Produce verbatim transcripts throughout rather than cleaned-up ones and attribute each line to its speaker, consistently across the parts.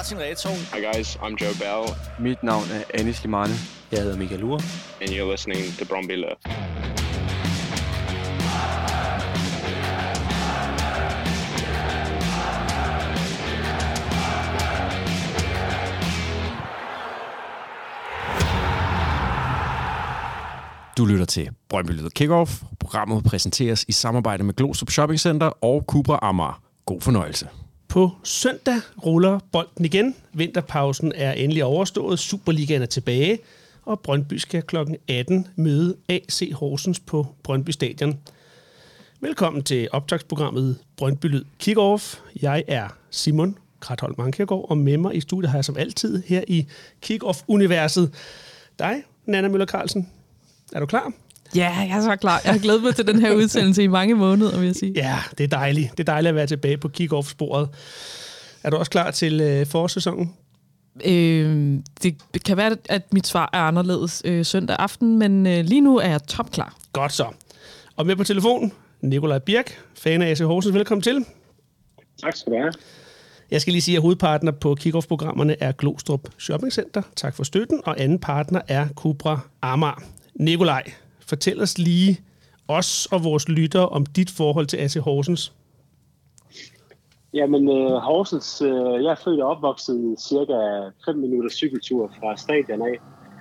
Speaker 1: Martin Retov.
Speaker 2: Hi guys, I'm Joe Bell.
Speaker 3: Mit navn er Anis Limane.
Speaker 4: Jeg hedder Michael Ure.
Speaker 2: And you're listening to Brøndby Lød.
Speaker 1: Du lytter til Brøndby Lød Kickoff. Programmet præsenteres i samarbejde med Glostrup Shopping Center og Cupra Amager. God fornøjelse.
Speaker 4: På søndag ruller bolden igen. Vinterpausen er endelig overstået. Superligaen er tilbage. Og Brøndby skal klokken atten møde A C Horsens på Brøndby Stadion. Velkommen til optagsprogrammet Brøndby Lød Kickoff. Jeg er Simon Kratholm Ankergaard, og med mig i studiet har jeg som altid her i Kickoff-universet dig, Nanna Møller Carlsen. Er du klar?
Speaker 5: Ja, jeg er så klar. Jeg har glædet mig til den her udsendelse i mange måneder, vil jeg sige.
Speaker 4: Ja, det er dejligt. Det er dejligt at være tilbage på Kick-Off-sporet. Er du også klar til øh, forårssæsonen?
Speaker 5: Øh, det kan være, at mit svar er anderledes øh, søndag aften, men øh, lige nu er jeg topklar.
Speaker 4: Godt så. Og med på telefonen, Nikolaj Birk, fan af A C Horsens. Velkommen til.
Speaker 6: Tak skal du have.
Speaker 4: Jeg skal lige sige, at hovedpartner på Kick-Off-programmerne er Glostrup Shopping Center. Tak for støtten. Og anden partner er Cupra Amager. Nikolaj, fortæl os lige, os og vores lyttere, om dit forhold til A C Horsens.
Speaker 6: Jamen, uh, Horsens, uh, jeg er født og opvokset cirka fem minutter cykeltur fra stadion af.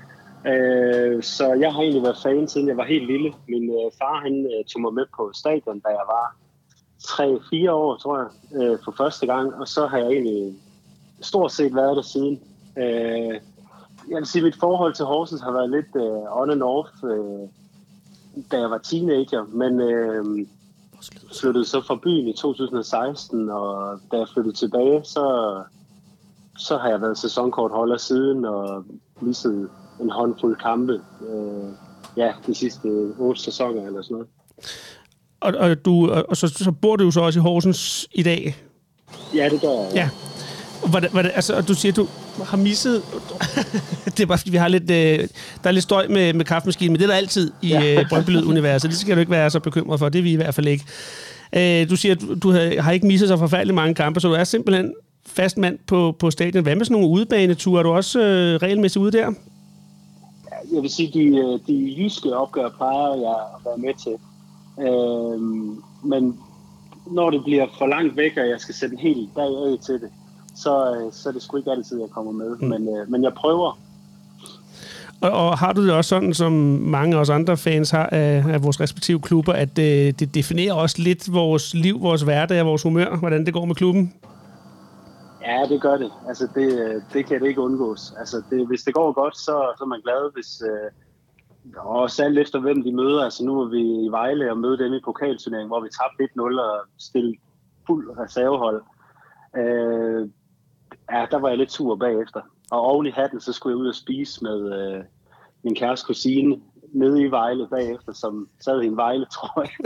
Speaker 6: Uh, så jeg har egentlig været fan, siden jeg var helt lille. Min uh, far, han uh, tog mig med på stadion, da jeg var tre fire år, tror jeg, uh, for første gang. Og så har jeg egentlig stort set været der siden. Uh, Jeg vil sige, at mit forhold til Horsens har været lidt uh, on and off, uh, da jeg var teenager, men uh, flyttede så fra byen i to tusind og seksten, og da jeg flyttede tilbage, så, så har jeg været sæsonkortholder siden og misset en håndfuld kampe, uh, ja, de sidste otte sæsoner eller sådan noget.
Speaker 4: Og, og, du, og så, så bor du jo så også i Horsens i dag?
Speaker 6: Ja, det gør jeg.
Speaker 4: Ja. Hvordan, hvordan, altså, og du siger, at du har misset... det er bare, fordi vi har lidt... Øh, der er lidt støj med, med kaffemaskinen, men det er der altid i ja. øh, Brøndby Lød-universet. Det skal du ikke være så bekymret for. Det er vi i hvert fald ikke. Øh, du siger, at du, du har, har ikke misset så forfærdeligt mange kampe, så du er simpelthen fast mand på, på stadion. Hvad med sådan nogle udebaneture? Er du også øh, regelmæssigt ude der?
Speaker 6: Jeg vil sige, de, de jyske opgør plejer jeg at være med til. Øh, men når det bliver for langt væk, og jeg skal sætte en hel dag af til det, Så, så er det sgu ikke altid, jeg kommer med. Mm. Men, øh, men jeg prøver.
Speaker 4: Og, og har du det også sådan, som mange af os andre fans har af, af vores respektive klubber, at øh, det definerer også lidt vores liv, vores hverdag og vores humør, hvordan det går med klubben?
Speaker 6: Ja, det gør det. Altså, det, det kan det ikke undgås. Altså, det, hvis det går godt, så, så er man glad. Hvis, øh, og særligt efter, hvem de møder. Altså, nu er vi i Vejle og møde dem i pokalturneringen, hvor vi tabte et nul og stillede fuld reservehold. Øh, Ja, der var jeg lidt sur bagefter. Og oven i hatten, så skulle jeg ud og spise med øh, min kæreste kusine nede i Vejle bagefter, som sad i en Vejle, tror jeg.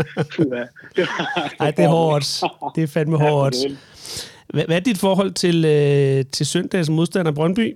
Speaker 4: Ej, det er hårdt. Det er fandme hårdt. Hvad, hvad er dit forhold til, øh, til søndags modstander Brøndby?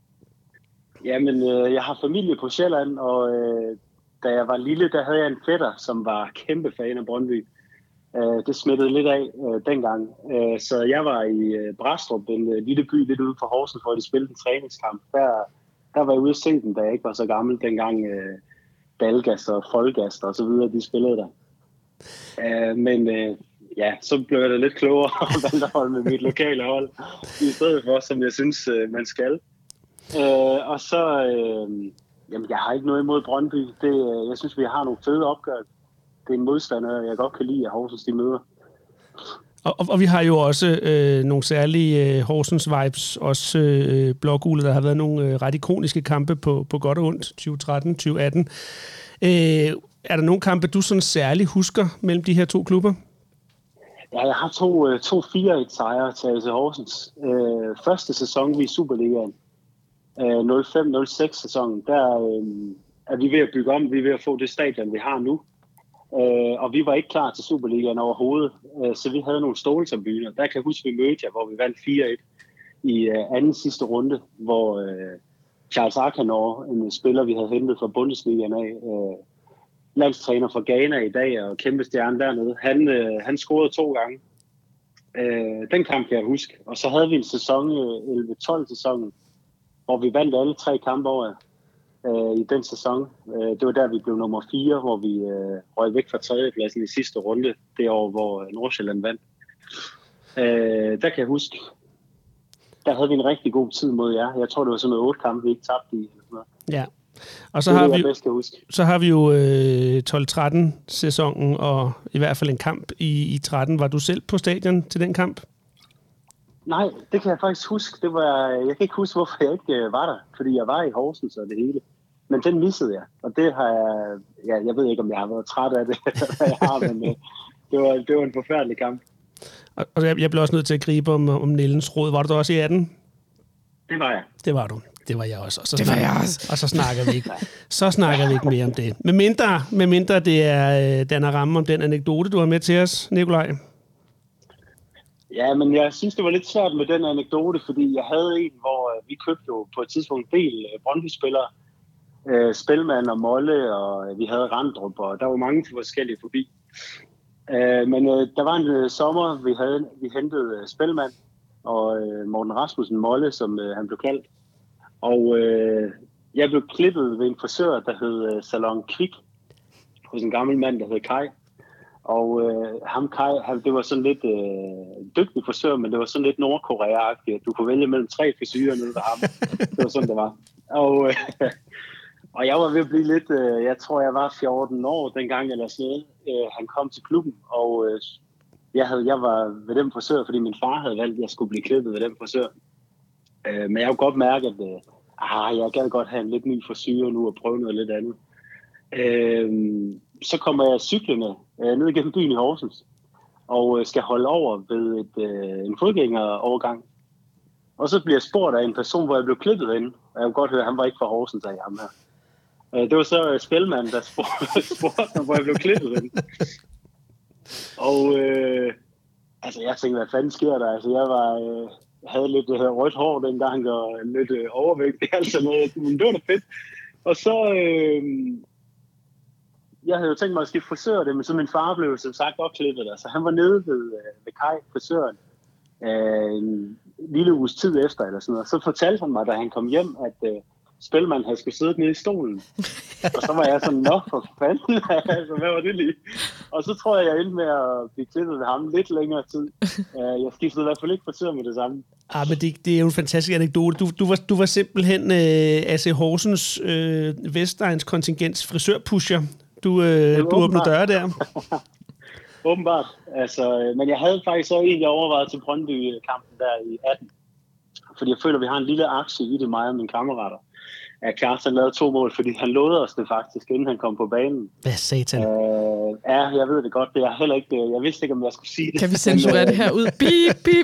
Speaker 6: Jamen, øh, jeg har familie på Sjælland, og øh, da jeg var lille, der havde jeg en fætter, som var kæmpe fan af Brøndby. Uh, det smittede lidt af uh, dengang. Uh, så jeg var i uh, Brastrup, en uh, lille by lidt ude for Horsens, hvor de spillede en træningskamp. Der, der var jeg ude at se den, da jeg ikke var så gammel, dengang uh, Dalgas og Folgas og så videre, de spillede der. Uh, men uh, ja, så blev jeg da lidt klogere og valgte at holde med mit lokale hold, i stedet for, som jeg synes, uh, man skal. Uh, og så, uh, jamen, jeg har ikke noget imod Brøndby. Det, uh, jeg synes, vi har nogle fede opgør. Det er en modstander, jeg godt kan lide, at Horsens de møder.
Speaker 4: Og, og, og vi har jo også øh, nogle særlige øh, Horsens-vibes, også øh, blågule, der har været nogle øh, ret ikoniske kampe på, på godt og ondt, tyve tretten tyve atten. Øh, er der nogle kampe, du sådan særligt husker mellem de her to klubber?
Speaker 6: Ja, jeg har to, øh, to fire et sejre til A C Horsens. Øh, første sæson vi i Superligaen, øh, nul fem nul seks sæsonen, der øh, er vi ved at bygge om, vi er ved at få det stadion, vi har nu. Uh, og vi var ikke klar til Superligaen overhovedet, uh, så vi havde nogle ståltribuner. Der kan jeg huske, vi mødte jer, hvor vi vandt fire et i uh, anden sidste runde, hvor uh, Charles Akanor, en spiller, vi havde hentet fra Bundesligaen af, uh, landstræner for Ghana i dag og kæmpe stjerne dernede, han, uh, han scorede to gange. Øh, den kamp kan jeg huske. Og så havde vi en sæson, elleve tolv sæsonen, hvor vi vandt alle tre kampe over øh, i den sæson. Øh, det var der, vi blev nummer fire, hvor vi øh, røg væk fra tredjepladsen i sidste runde, det år, hvor Nordsjælland vandt. Øh, der kan jeg huske, der havde vi en rigtig god tid mod jer. Jeg tror, det var sådan noget otte kampe, vi ikke tabte i.
Speaker 4: Ja. Og så
Speaker 6: det
Speaker 4: har,
Speaker 6: er det,
Speaker 4: vi,
Speaker 6: jeg bedst kan huske.
Speaker 4: så har vi jo øh, tolv tretten sæsonen, og i hvert fald en kamp i, i tretten. Var du selv på stadion til den kamp?
Speaker 6: Nej, det kan jeg faktisk huske. Det var, jeg kan ikke huske, hvorfor jeg ikke øh, var der, fordi jeg var i Horsens og det hele. Men den missede jeg, og det har jeg... Ja, jeg ved ikke, om jeg har været træt af det, jeg har, men øh, det, var, det var en forfærdelig kamp.
Speaker 4: Og, og jeg, jeg blev også nødt til at gribe om, om Nielsens råd. Var du da også i atten?
Speaker 6: Det var jeg.
Speaker 4: Det var du. Det var jeg også. Og så
Speaker 5: Det var
Speaker 4: snakker,
Speaker 5: jeg også.
Speaker 4: Og så snakker vi ikke, så snakker vi ikke mere om det. Med mindre, med mindre det er øh, danner ramme om den anekdote, du har med til os, Nikolaj.
Speaker 6: Ja, men jeg synes, det var lidt svært med den anekdote, fordi jeg havde en, hvor øh, vi købte jo på et tidspunkt en del øh, Brøndby-spillere. Øh, Spelman og Molle, og øh, vi havde Randrup, og der var mange forskellige forbi. Øh, men øh, der var en øh, sommer, vi havde vi hentede øh, Spelman og øh, Morten Rasmussen Molle, som øh, han blev kaldt. Og øh, jeg blev klippet ved en frisør, der hed øh, Salon Kvik, hos en gammel mand, der hed Kai. Og øh, ham Kai, han, det var sådan lidt øh, dygtig frisør, men det var sådan lidt Nordkorea-agtigt. Du kunne vælge mellem tre frisyrer nede ved ham. Det var sådan, det var. Og, øh, og jeg var ved at blive lidt, øh, jeg tror, jeg var fjorten år dengang eller sådan noget. Øh, han kom til klubben, og øh, jeg, havde, jeg var ved den frisør, fordi min far havde valgt, at jeg skulle blive klippet ved den frisør. Øh, men jeg kunne godt mærke, at øh, ah, jeg gad godt have en lidt ny frisyr nu og prøve noget lidt andet. Øh, så kommer jeg cyklende øh, ned igennem byen i Horsens og øh, skal holde over ved et, øh, en fodgængerovergang. Og så bliver jeg spurgt af en person, hvor jeg blev klippet ind. Og jeg kunne godt høre, at han var ikke fra Horsens af ham her. Øh, det var så uh, Spelman, der spurgte, spurgte hvor jeg blev klippet ind. Og øh, altså, jeg tænkte, hvad fanden sker der? Altså, jeg var... Øh, havde lidt uh, rødt hår dengang, og lidt uh, overvægt, altså noget, men det var da fedt. Og så, øh, jeg havde jo tænkt mig at skifte frisør det, men så min far blev som sagt opklippet der, så han var nede ved, uh, ved Kai, frisøren, uh, en lille uges tid efter, eller sådan noget. Så fortalte han mig, da han kom hjem, at uh, Spelman havde skulle sidde nede i stolen. Og så var jeg sådan, nå for fanden, altså, hvad var det lige? Og så tror jeg, jeg endte med at blive klippet ved ham lidt længere tid. Jeg skiftede i hvert fald ikke frisør med det samme.
Speaker 4: Ah, men det, det er jo en fantastisk anekdote. Du, du, var, du var simpelthen øh, A C Horsens øh, Vestegns kontingents frisørpusher. Du, øh, du åbnede døre der.
Speaker 6: Åbenbart. Altså, men jeg havde faktisk så egentlig overvejet til Brøndby-kampen der i atten. Fordi jeg føler, at vi har en lille aktie i det, mig og mine kammerater. Ja, Kjartan lavede to mål, fordi han lovede os det faktisk, inden han kom på banen.
Speaker 4: Hvad satan?
Speaker 6: Øh, ja, jeg ved det godt. Det er heller ikke, jeg vidste ikke, om jeg skulle sige det.
Speaker 5: Kan vi censurere det her ud? Bip, bip.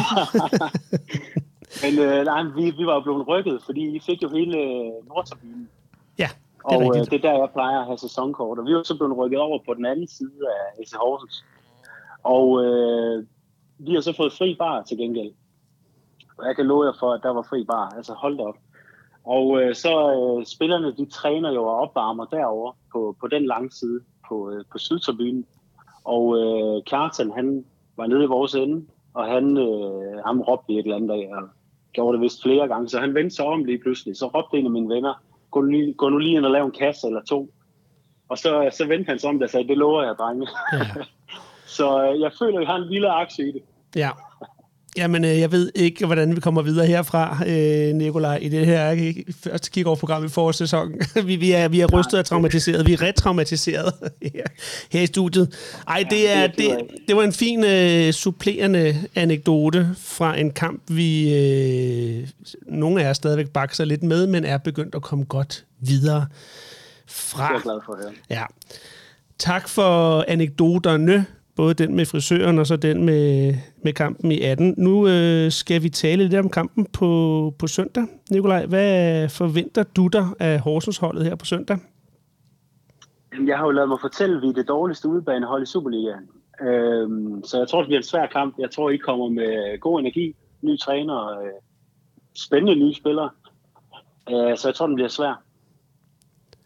Speaker 6: Men øh, nej, vi, vi var jo blevet rykket, fordi vi fik jo hele Nordtribunen.
Speaker 4: Ja, det er
Speaker 6: og
Speaker 4: rigtigt.
Speaker 6: Øh, det er der, jeg plejer at have sæsonkort. Og vi var så blevet rykket over på den anden side af A C Horsens. Og øh, vi har så fået fri bar til gengæld. Og jeg kan love jer for, at der var fri bar. Altså hold da op. Og øh, så øh, spillerne, de træner jo og opvarmer derovre på, på den lange side, på, øh, på Sydtribunen. Og øh, Kjartan, han var nede i vores ende, og han, øh, han råbte et eller andet dag, og gjorde det vist flere gange. Så han vendte sig om lige pludselig. Så råbte en af mine venner, gå nu, gå nu lige ind og lave en kasse eller to. Og så, så vendte han sig om og sagde, det lover jeg, drenge.
Speaker 4: Ja.
Speaker 6: Så øh, jeg føler, at jeg har en lille aktie i det.
Speaker 4: Ja. Jamen, øh, jeg ved ikke, hvordan vi kommer videre herfra, øh, Nikolaj, i det her første kick-off-program i forårs sæson. vi, vi, er, vi er rystet og traumatiseret. Vi er retraumatiseret her, her i studiet. Ej, det, er, det, det var en fin øh, supplerende anekdote fra en kamp, vi øh, nogle af jer stadigvæk bakser lidt med, men er begyndt at komme godt videre fra.
Speaker 6: Det er jeg glad for at høre.
Speaker 4: Ja. Tak for anekdoterne. Både den med frisøren og så den med, med kampen i atten. Nu øh, skal vi tale lidt om kampen på, på søndag. Nikolaj, hvad forventer du dig af Horsens-holdet her på søndag?
Speaker 6: Jeg har jo ladet mig fortælle, at vi er det dårligste udebanehold i Superligaen. Øhm, så jeg tror, det bliver en svær kamp. Jeg tror, I kommer med god energi, nye træner, øh, spændende nye spillere. Øh, så jeg tror, den bliver svær.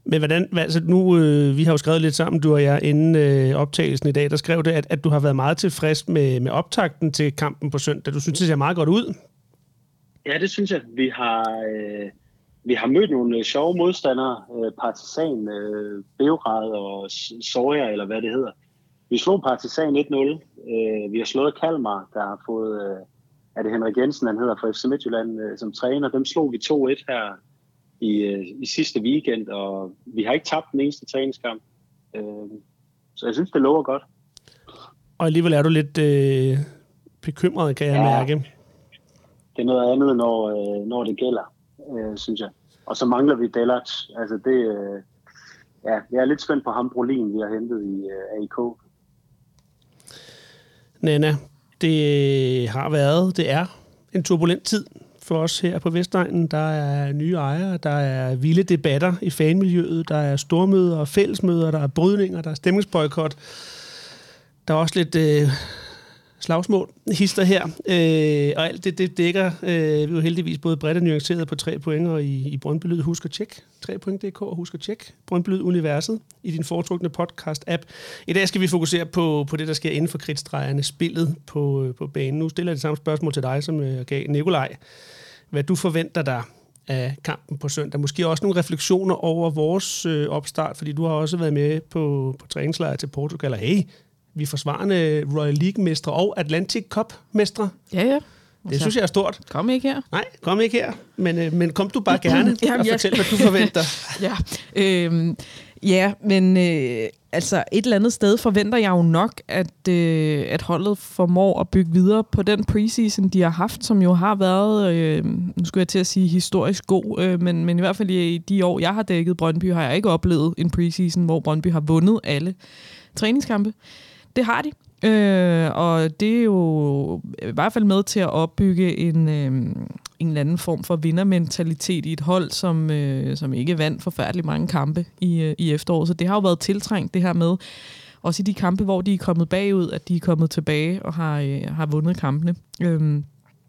Speaker 4: Men hvordan, altså nu, øh, vi har jo skrevet lidt sammen, du og jeg, inden øh, optagelsen i dag, der skrev det, at, at du har været meget tilfreds med, med optakten til kampen på søndag. Du synes, det ser meget godt ud?
Speaker 6: Ja, det synes jeg. Vi har, øh, vi har mødt nogle øh, sjove modstandere, øh, Partizan, øh, Beograd og Soja, eller hvad det hedder. Vi slog Partizan et nul. Øh, vi har slået Kalmar, der har fået, øh, er det Henrik Jensen, han hedder fra F C Midtjylland, øh, som træner. Dem slog vi to et her i, øh, i sidste weekend, og vi har ikke tabt den eneste træningskamp. Øh, så jeg synes, det lover godt.
Speaker 4: Og alligevel er du lidt øh, bekymret, kan jeg ja, mærke.
Speaker 6: Det er noget andet, når, øh, når det gælder, øh, synes jeg. Og så mangler vi Delac. Altså det, øh, ja, jeg er lidt spændt på ham, Brolin, vi har hentet i øh, A I K.
Speaker 4: Nana, det har været, det er en turbulent tid for os her på Vestegnen. Der er nye ejere, der er vilde debatter i fanmiljøet, der er stormøder og fællesmøder, der er brydninger, der er stemningsboykot. Der er også lidt øh, slagsmål, hister her, øh, og alt det, det dækker. Øh, vi er jo heldigvis både bredt og nuanceret på tre point, og i, i Brøndby Lyd, husk at tjekke tre point punktum d k, og husk at tjekke Brøndby Lyd Universet i din foretrukne podcast-app. I dag skal vi fokusere på, på det, der sker inden for kridtstregerne, spillet på, på banen. Nu stiller jeg det samme spørgsmål til dig, som jeg gav Nikolaj. Hvad du forventer dig af kampen på søndag. Måske også nogle refleksioner over vores øh, opstart, fordi du har også været med på, på træningslejr til Portugal, og hey, vi er forsvarende Royal League-mestre og Atlantic Cup-mestre.
Speaker 5: Ja, ja.
Speaker 4: Det altså, synes jeg er stort.
Speaker 5: Kom ikke her.
Speaker 4: Nej, kom ikke her. Men, øh, men kom du bare gerne Jamen, og fortæl, hvad du forventer.
Speaker 5: ja, øhm, ja, men øh, altså et eller andet sted forventer jeg jo nok, at, øh, at holdet formår at bygge videre på den preseason, de har haft, som jo har været, øh, nu skulle jeg til at sige historisk god, øh, men, men i hvert fald i de år, jeg har dækket Brøndby, har jeg ikke oplevet en preseason, hvor Brøndby har vundet alle træningskampe. Det har de. Øh, og det er jo i hvert fald med til at opbygge en, øh, en eller anden form for vindermentalitet i et hold, som, øh, som ikke vandt forfærdeligt mange kampe i, øh, i efteråret. Så det har jo været tiltrængt, det her med, også i de kampe, hvor de er kommet bagud, at de er kommet tilbage og har, øh, har vundet kampene. Øh,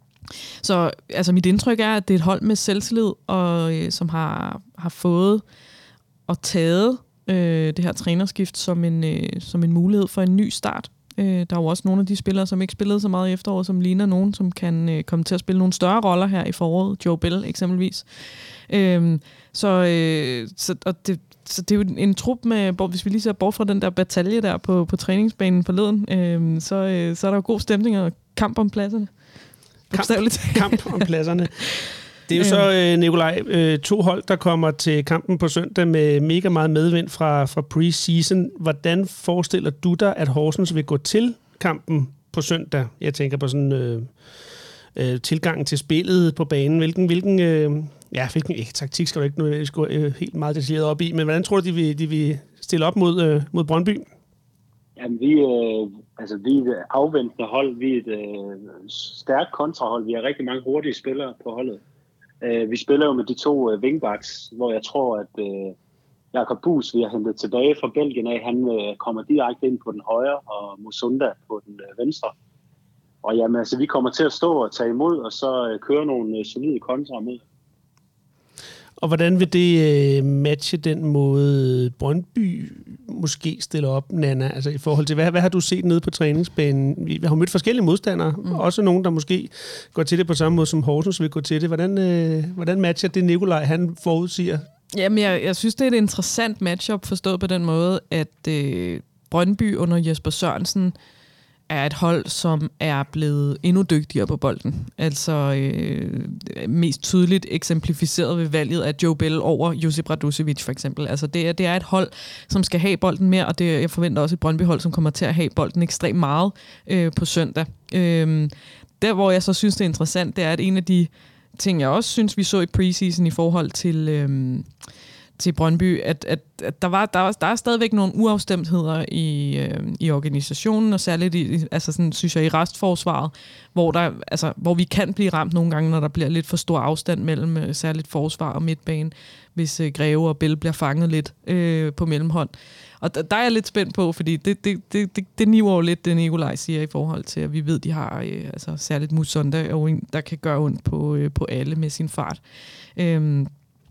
Speaker 5: så altså, mit indtryk er, at det er et hold med selvtillid, og øh, som har, har fået og taget øh, det her trænerskift som en, øh, som en mulighed for en ny start. Øh, der er jo også nogle af de spillere, som ikke spillede så meget i efteråret, som ligner nogen, som kan øh, komme til at spille nogle større roller her i foråret. Joe Bell eksempelvis. Øh, så, øh, så, og det, så det er jo en trup med, hvis vi lige ser bort fra den der batalje der på, på træningsbanen forleden, øh, så, øh, så er der jo god stemning og kamp om pladserne.
Speaker 4: Kamp, kamp om pladserne. Det er jo så, Nikolaj, to hold, der kommer til kampen på søndag med mega meget medvind fra, fra pre-season. Hvordan forestiller du dig, at Horsens vil gå til kampen på søndag? Jeg tænker på sådan øh, øh, tilgangen til spillet på banen. Hvilken, hvilken, øh, ja, hvilken ikke, taktik skal du ikke nu gå øh, helt meget detaljeret op i, men hvordan tror du, de vil, de vil stille op mod, øh, mod Brøndby?
Speaker 6: Jamen, vi, øh, altså, vi er et afventende hold. Vi er et øh, stærkt kontrahold. Vi har rigtig mange hurtige spillere på holdet. Uh, vi spiller jo med de to uh, wingbacks, hvor jeg tror, at uh, Jakob Buus, vi har hentet tilbage fra Belgien af, han uh, kommer direkte ind på den højre, og Musonda på den uh, venstre. Og jamen, altså, vi kommer til at stå og tage imod, og så uh, køre nogle uh, solide kontra mod.
Speaker 4: Og hvordan vil det uh, matche den måde, Brøndby måske stiller op, Nana? Altså i forhold til, hvad, hvad har du set nede på træningsbanen? Vi har mødt forskellige modstandere, mm. også nogen, der måske går til det på samme måde, som Horsens vil gå til det. Hvordan, uh, hvordan matcher det Nikolaj, han forudsiger?
Speaker 5: Jamen, jeg, jeg synes, det er et interessant matchup, forstået på den måde, at øh, Brøndby under Jesper Sørensen er et hold, som er blevet endnu dygtigere på bolden. Altså øh, mest tydeligt eksemplificeret ved valget af Joe Bell over Josip Radosevic for eksempel. Altså det er, det er et hold, som skal have bolden mere, og det, jeg forventer også et Brøndby-hold, som kommer til at have bolden ekstremt meget øh, på søndag. Øh, der, hvor jeg så synes, det er interessant, det er, at en af de ting, jeg også synes, vi så i preseason i forhold til... Øh, til Brøndby, at, at, at der, var, der, var, der er stadigvæk nogle uafstemtheder i, øh, i organisationen, og særligt i, altså sådan, synes jeg, i restforsvaret, hvor, der, altså, hvor vi kan blive ramt nogle gange, når der bliver lidt for stor afstand mellem øh, særligt forsvar og midtbane, hvis øh, Greve og Bell bliver fanget lidt øh, på mellemhånd. Og der, der er jeg lidt spændt på, fordi det, det, det, det, det niver jo lidt, det Nikolaj siger i forhold til, at vi ved, de har øh, altså, særligt Musonda, der kan gøre ondt på, øh, på alle med sin fart. Øh,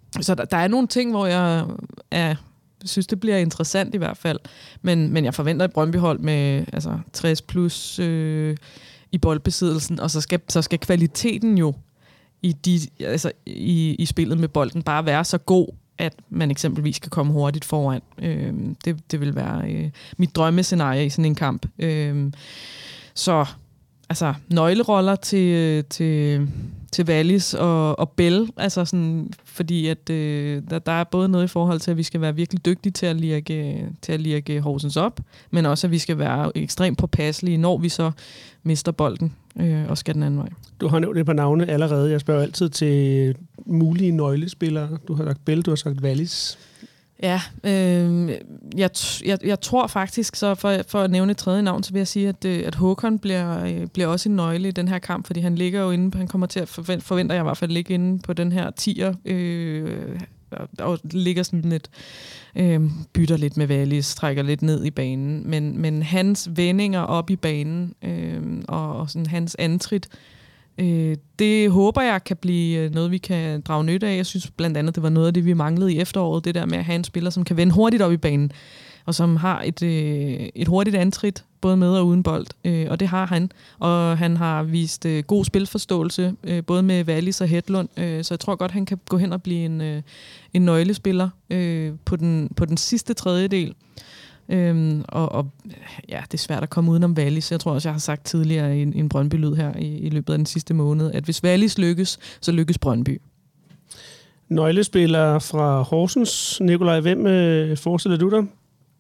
Speaker 5: Så der, der er nogle ting, hvor jeg er, synes, det bliver interessant i hvert fald. Men, men jeg forventer et Brøndby-hold med altså, tres plus øh, i boldbesiddelsen, og så skal, så skal kvaliteten jo i, de, altså, i, i spillet med bolden bare være så god, at man eksempelvis kan komme hurtigt foran. Øh, det, det vil være øh, mit drømmescenarie i sådan en kamp. Øh, så altså nøgleroller til, til, til Wallis og, og Bell, altså sådan, fordi at, øh, der, der er både noget i forhold til, at vi skal være virkelig dygtige til at lirke, til at lirke Horsens op, men også, at vi skal være ekstremt påpasselige, når vi så mister bolden øh, og skal den anden vej.
Speaker 4: Du har nævnt et par navne allerede. Jeg spørger altid til mulige nøglespillere. Du har sagt Bell, du har sagt Wallis.
Speaker 5: Ja, øh, jeg, jeg, jeg tror faktisk, så for, for at nævne et tredje navn, så vil jeg sige, at, at Håkon bliver, bliver også en nøgle i den her kamp, fordi han ligger jo inde, han kommer til at forvente, forventer jeg i hvert fald ligge inde på den her tier, øh, og ligger sådan lidt, øh, bytter lidt med Wallis, trækker lidt ned i banen, men, men hans vendinger op i banen, øh, og, og sådan hans antrit, Øh, det håber jeg kan blive noget, vi kan drage nytte af. Jeg synes blandt andet, det var noget af det, vi manglede i efteråret. Det der med at have en spiller, som kan vende hurtigt op i banen, og som har et, øh, et hurtigt antrit, både med og uden bold. Øh, og det har han. Og han har vist øh, god spilforståelse, øh, både med Wallis og Hedlund. Øh, så jeg tror godt, han kan gå hen og blive en, øh, en nøglespiller øh, på, den, på den sidste tredjedel. Øhm, og, og ja, det er svært at komme udenom Wallis. Jeg tror også, jeg har sagt tidligere i en, en Brøndby-lyd her i, i løbet af den sidste måned, at hvis Wallis lykkes, så lykkes Brøndby.
Speaker 4: Nøglespillere fra Horsens. Nikolaj, hvem øh, forestiller du dig?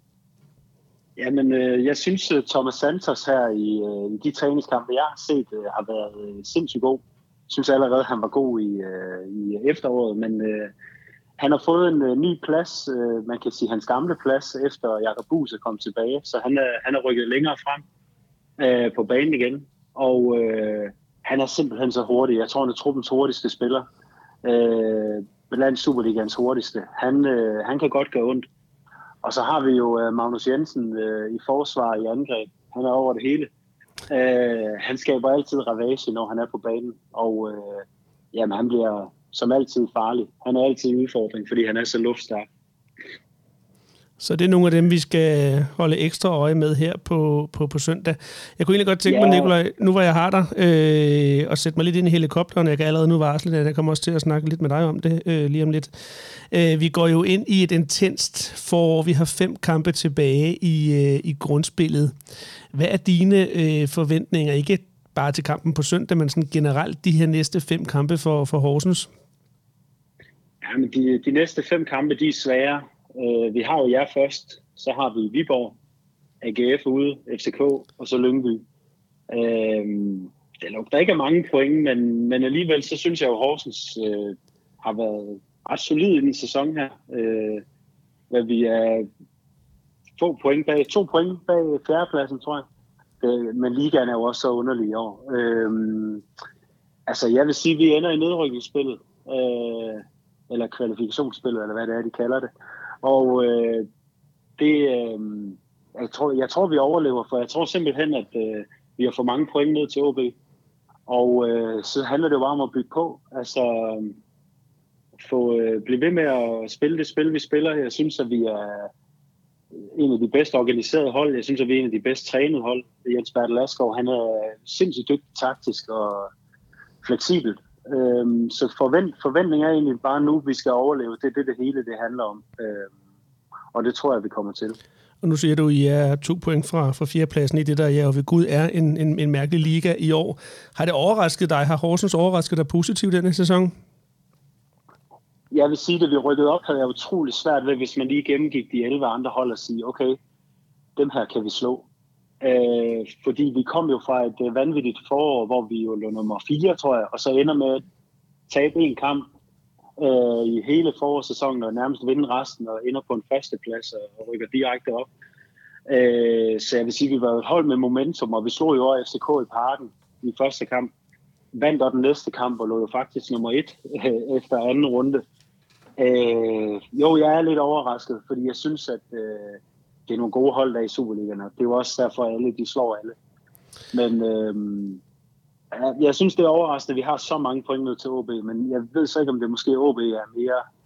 Speaker 6: Jamen, øh, jeg synes, Thomas Santos her i, øh, i de træningskampe, jeg har set, øh, har været øh, sindssygt god. Jeg synes allerede, han var god i, øh, i efteråret, men øh, han har fået en øh, ny plads, øh, man kan sige hans gamle plads, efter Jakob Buse kom tilbage, så han er, han er rykket længere frem øh, på banen igen, og øh, han er simpelthen så hurtig. Jeg tror, han er truppens hurtigste spiller, øh, blandt Superligans hurtigste. Han, øh, han kan godt gøre ondt. Og så har vi jo øh, Magnus Jensen øh, i forsvar i angreb. Han er over det hele. Øh, han skaber altid ravage, når han er på banen, og øh, jamen, han bliver som altid farlig. Han er altid en udfordring, fordi han er så luftstærk.
Speaker 4: Så det er nogle af dem, vi skal holde ekstra øje med her på, på, på søndag. Jeg kunne egentlig godt tænke ja. mig, Nikolaj, nu hvor jeg har dig, øh, og sætte mig lidt ind i helikopteren. Jeg kan allerede nu varsle, at jeg kommer også til at snakke lidt med dig om det øh, lige om lidt. Øh, vi går jo ind i et intenst forår. Vi har fem kampe tilbage i, øh, i grundspillet. Hvad er dine øh, forventninger, ikke bare til kampen på søndag, men sådan generelt de her næste fem kampe for, for Horsens?
Speaker 6: Ja, men de, de næste fem kampe, de er svære. Uh, vi har jo jer først, så har vi Viborg, A G F ude, F C K og så Lyngby. Uh, det lugter ikke af mange point, men, men alligevel så synes jeg jo, at Horsens uh, har været ret solid i den sæson her. Uh, hvad vi er få point bag, to point bag fjerdepladsen, tror jeg. Uh, men ligaen er jo også så underlig i år. Uh, altså jeg vil sige, at vi ender i nedrykningsspillet, uh, eller kvalifikationsspillet, eller hvad det er, de kalder det. Og øh, det, øh, jeg, tror, jeg tror, vi overlever, for jeg tror simpelthen, at øh, vi har for mange point ned til O B. Og øh, så handler det jo bare om at bygge på. Altså, øh, få, øh, blive ved med at spille det spil, vi spiller. Jeg synes, at vi er en af de bedst organiserede hold. Jeg synes, at vi er en af de bedst trænede hold. Jens Bertel Askov, han er sindssygt dygtig taktisk og fleksibel. Øhm, så forvent, forventningen er egentlig bare nu, vi skal overleve. Det er det, det hele det handler om. Øhm, og det tror jeg, vi kommer til.
Speaker 4: Og nu siger du, at I er to point fra, fra fjerdepladsen i det, der ja, og ved Gud er en, en, en mærkelig liga i år. Har det overrasket dig? Har Horsens overrasket dig positivt denne sæson?
Speaker 6: Jeg vil sige, at vi rykkede op, havde jeg utrolig svært ved, hvis man lige gennemgik de elleve andre hold og sige, okay, dem her kan vi slå. Øh, fordi vi kom jo fra et øh, vanvittigt forår, hvor vi jo lå nummer fire, tror jeg, og så ender med at tabe en kamp øh, i hele forårssæsonen og nærmest vinde resten og ender på en førsteplads og rykker direkte op. Øh, så jeg vil sige, at vi var et hold med momentum, og vi slog jo over F C K i Parken i første kamp. Vandt op den næste kamp og lå jo faktisk nummer et øh, efter anden runde. Øh, jo, jeg er lidt overrasket, fordi jeg synes, at øh, det er nogle gode hold der i Superligaen, og det er jo også derfor, at alle de slår alle. Men øhm, jeg synes, det er overraskende, at vi har så mange point ned til O B, men jeg ved så ikke, om det måske O B er mere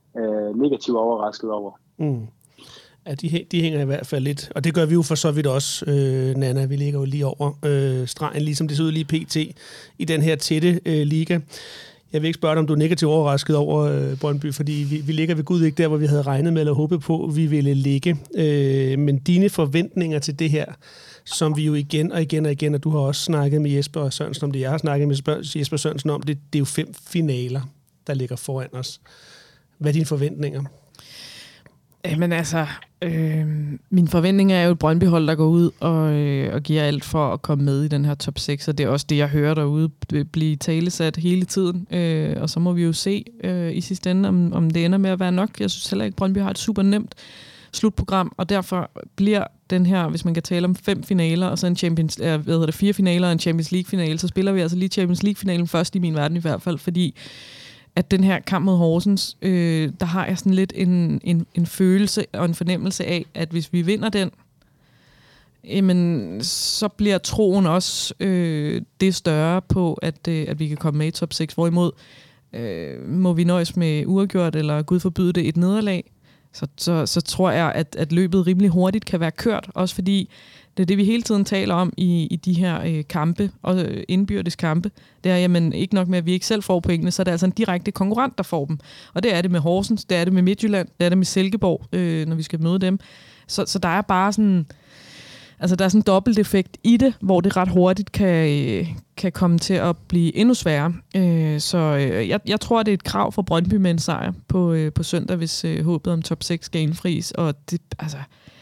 Speaker 6: øh, negativt overrasket over.
Speaker 4: Mm. Ja, de, de hænger i hvert fald lidt, og det gør vi jo for så vidt også, øh, Nana. Vi ligger jo lige over øh, stregen, ligesom det ser ud lige pt. I den her tætte øh, liga. Jeg vil ikke spørge dig, om du er negativt overrasket over øh, Brøndby, fordi vi, vi ligger ved Gud ikke der, hvor vi havde regnet med eller håbet på, at vi ville ligge. Øh, men dine forventninger til det her, som vi jo igen og igen og igen, og du har også snakket med Jesper Sørensen om det, jeg har snakket med Jesper Sørensen om det, det er jo fem finaler, der ligger foran os. Hvad er dine forventninger?
Speaker 5: Jamen altså, øh, mine forventninger er jo et Brøndby-hold, der går ud og, øh, og giver alt for at komme med i den her top seks, og det er også det, jeg hører derude blive talesat hele tiden. Øh, og så må vi jo se øh, i sidste ende, om, om det ender med at være nok. Jeg synes heller ikke, at Brøndby har et super nemt slutprogram, og derfor bliver den her, hvis man kan tale om fem finaler, og så en Champions, øh, hvad hedder det, fire finaler og en Champions League-finale, så spiller vi altså lige Champions League-finalen først i min verden i hvert fald, fordi at den her kamp mod Horsens, øh, der har jeg sådan lidt en, en, en følelse og en fornemmelse af, at hvis vi vinder den, jamen, så bliver troen også øh, det større på, at, øh, at vi kan komme med i top seks. Hvorimod øh, må vi nøjes med uafgjort, eller Gud forbyde det, et nederlag, så, så, så tror jeg, at, at løbet rimelig hurtigt kan være kørt. Også fordi det er det, vi hele tiden taler om i, i de her øh, kampe, og øh, indbyrdes kampe. Det er, jamen, ikke nok med, at vi ikke selv får pointene, så er det altså en direkte konkurrent, der får dem. Og det er det med Horsens, det er det med Midtjylland, det er det med Silkeborg, øh, når vi skal møde dem. Så, så der er bare sådan, altså der er sådan en dobbelt effekt i det, hvor det ret hurtigt kan, øh, kan komme til at blive endnu sværere. Øh, så øh, jeg, jeg tror, det er et krav for Brøndby med en sejr på, øh, på søndag, hvis øh, håbet om top seks skal indfries. Og det, altså...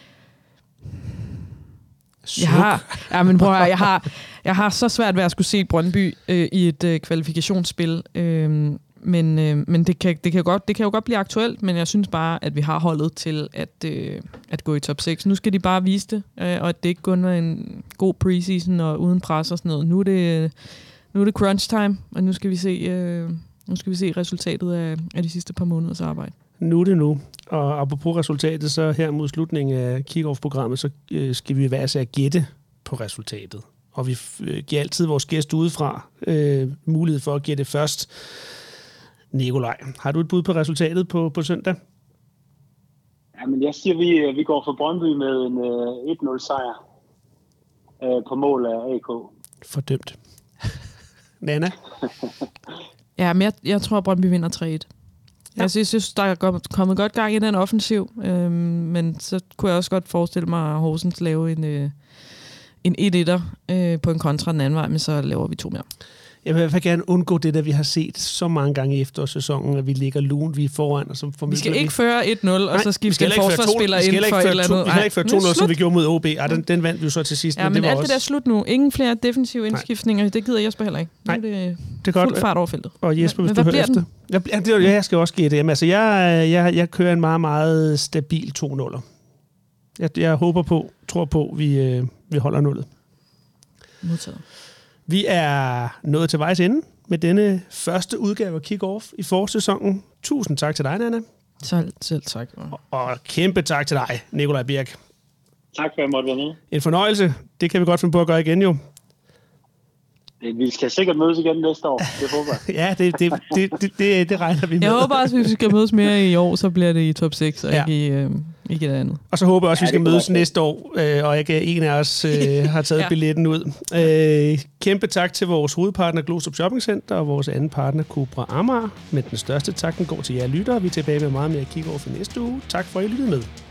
Speaker 5: Jeg har, ja, men prøv at, jeg har, jeg har så svært ved at skulle se Brøndby øh, i et øh, kvalifikationsspil, øh, men, øh, men det, kan, det, kan godt, det kan jo godt blive aktuelt, men jeg synes bare, at vi har holdet til at, øh, at gå i top seks. Nu skal de bare vise det, øh, og at det ikke kun er en god preseason og uden pres og sådan noget. Nu er det, nu er det crunch time, og nu skal vi se, øh, nu skal vi se resultatet af, af de sidste par måneders arbejde.
Speaker 4: Nu er det nu. Og apropos resultatet, så her mod slutningen af kick-off-programmet, så øh, skal vi være så at gætte på resultatet. Og vi øh, giver altid vores gæst udefra øh, mulighed for at gætte først. Nikolaj, har du et bud på resultatet på, på søndag?
Speaker 6: Jamen, jeg siger, vi, vi går for Brøndby med en øh, et nul sejr øh, på mål af A K.
Speaker 4: Fordømt. Nana?
Speaker 5: Ja, men jeg, jeg tror, at Brøndby vinder tre et. Ja. Jeg synes, synes, der er kommet godt gang i den offensiv, øhm, men så kunne jeg også godt forestille mig, at Horsens lave en, øh, en et-etter øh, på en kontra den anden vej, men så laver vi to mere.
Speaker 4: Jeg vil i hvert fald gerne undgå det, der vi har set så mange gange i efterårssæsonen, at vi ligger lunt, vi er foran. Og så
Speaker 5: vi skal ikke føre et nul, og så skifte en forsvarsspiller ind for et eller andet.
Speaker 4: Vi skal ikke føre to nul, som vi gjorde mod O B. Ej, den, den vandt vi jo så til sidst.
Speaker 5: Ja, men, men det alt også... det der slut nu. Ingen flere defensive indskiftninger. Nej. Det gider Jesper heller ikke. Nu
Speaker 4: Nej,
Speaker 5: er det,
Speaker 4: det er
Speaker 5: fuld
Speaker 4: godt.
Speaker 5: Fart over feltet.
Speaker 4: Og Jesper,
Speaker 5: men,
Speaker 4: hvis
Speaker 5: men
Speaker 4: du hører efter. Jeg, ja, det, jeg skal også give det. Jamen, altså, jeg, jeg, jeg kører en meget, meget stabil to nul. Jeg, jeg håber på, tror på, vi, øh, vi holder nullet.
Speaker 5: Modtaget.
Speaker 4: Vi er nået til vejs ende med denne første udgave af Kick-Off i forsæsonen. Tusind tak til dig, Nana.
Speaker 5: Selv, selv tak.
Speaker 4: Og, og kæmpe tak til dig, Nikolaj Birk.
Speaker 6: Tak for, at jeg måtte være med.
Speaker 4: En fornøjelse. Det kan vi godt finde på at gøre igen, jo.
Speaker 6: Vi skal sikkert mødes igen næste år, det håber jeg.
Speaker 4: Ja, det, det, det, det, det, det regner vi med.
Speaker 5: Jeg håber også, at hvis vi skal mødes mere i år, så bliver det i top seks, og ja. ikke, i, øh, ikke i det andet.
Speaker 4: Og så håber jeg også, at ja, vi skal mødes næste år, øh, og ikke en af os øh, har taget ja. billetten ud. Øh, kæmpe tak til vores hovedpartner Glostrup Shopping Center og vores anden partner Cobra Amager. Men den største tak, den går til jer lyttere. Vi er tilbage med meget mere Kick-Off i næste uge. Tak for, at I lyttede med.